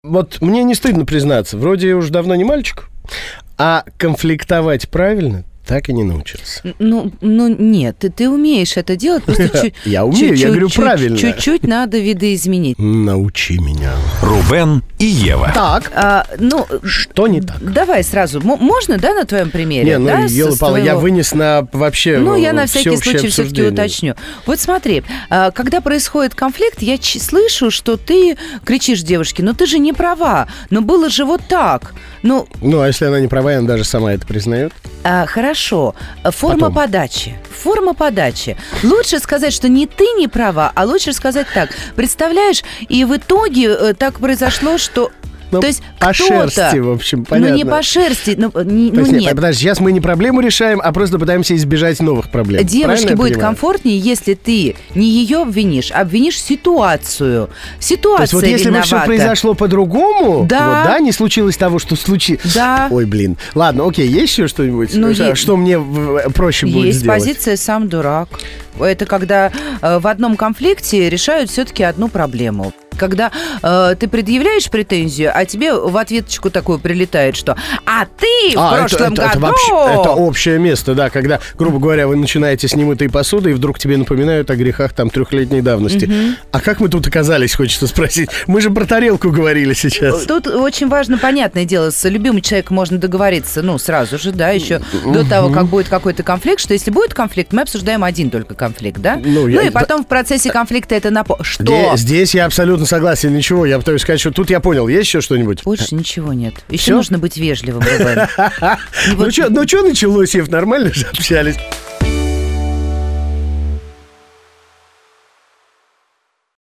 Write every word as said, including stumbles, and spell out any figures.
Вот мне не стыдно признаться, вроде уж давно не мальчик, а конфликтовать правильно так и не научился. Ну, ну нет, ты, ты умеешь это делать, просто чуть, я умею, я говорю правильно. Чуть-чуть надо видоизменить. Научи меня. Рубен и Ева. Так, а, ну, что не так? Давай сразу. М- можно, да, на твоем примере? Не, ну, да, елы-палы, твоего... я вынес на вообще Ну, я на всякий случай обсуждение. все-таки уточню. Вот смотри, когда происходит конфликт, я ч- слышу, что ты кричишь девушке, ну ты же не права, но было же вот так. Ну, ну а если она не права, она даже сама это признает? А, хорошо. Форма Потом. подачи. Форма подачи. Лучше сказать, что не ты не права, а лучше сказать так. Представляешь, и в итоге э, так произошло, что... Ну, То есть по кто-то, шерсти, в общем, понятно. Ну, не по шерсти, ну, не, То ну есть, нет. нет. Подожди, сейчас мы не проблему решаем, а просто пытаемся избежать новых проблем. Девушке будет комфортнее, если ты не ее обвинишь, а обвинишь ситуацию. Ситуация То есть вот если виновата. бы все произошло по-другому, да. вот, да, не случилось того, что случилось. Да. Ой, блин. Ладно, окей, есть еще что-нибудь? Ну, что, е... что мне проще есть будет сделать? Есть позиция «сам дурак». Это когда э, в одном конфликте решают все-таки одну проблему. Когда э, ты предъявляешь претензию, а тебе в ответочку такую прилетает, что «а ты в а, прошлом это, это, году...» это, вообще, это общее место, да, когда, грубо говоря, вы начинаете с немытой посуды, и вдруг тебе напоминают о грехах там трехлетней давности. Угу. А как мы тут оказались, хочется спросить? Мы же про тарелку говорили сейчас. Тут очень важно, понятное дело, с любимым человеком можно договориться, ну, сразу же, да, еще угу. до того, как будет какой-то конфликт, что если будет конфликт, мы обсуждаем один только конфликт, да? Ну, ну я... и потом в процессе конфликта это напо... Что? Здесь, здесь я абсолютно согласен, ничего, я пытаюсь сказать, что тут я понял, есть еще что-нибудь? Больше ничего нет. Еще Всё? нужно быть вежливым, Рубен. Ну что началось, Ев, нормально же общались?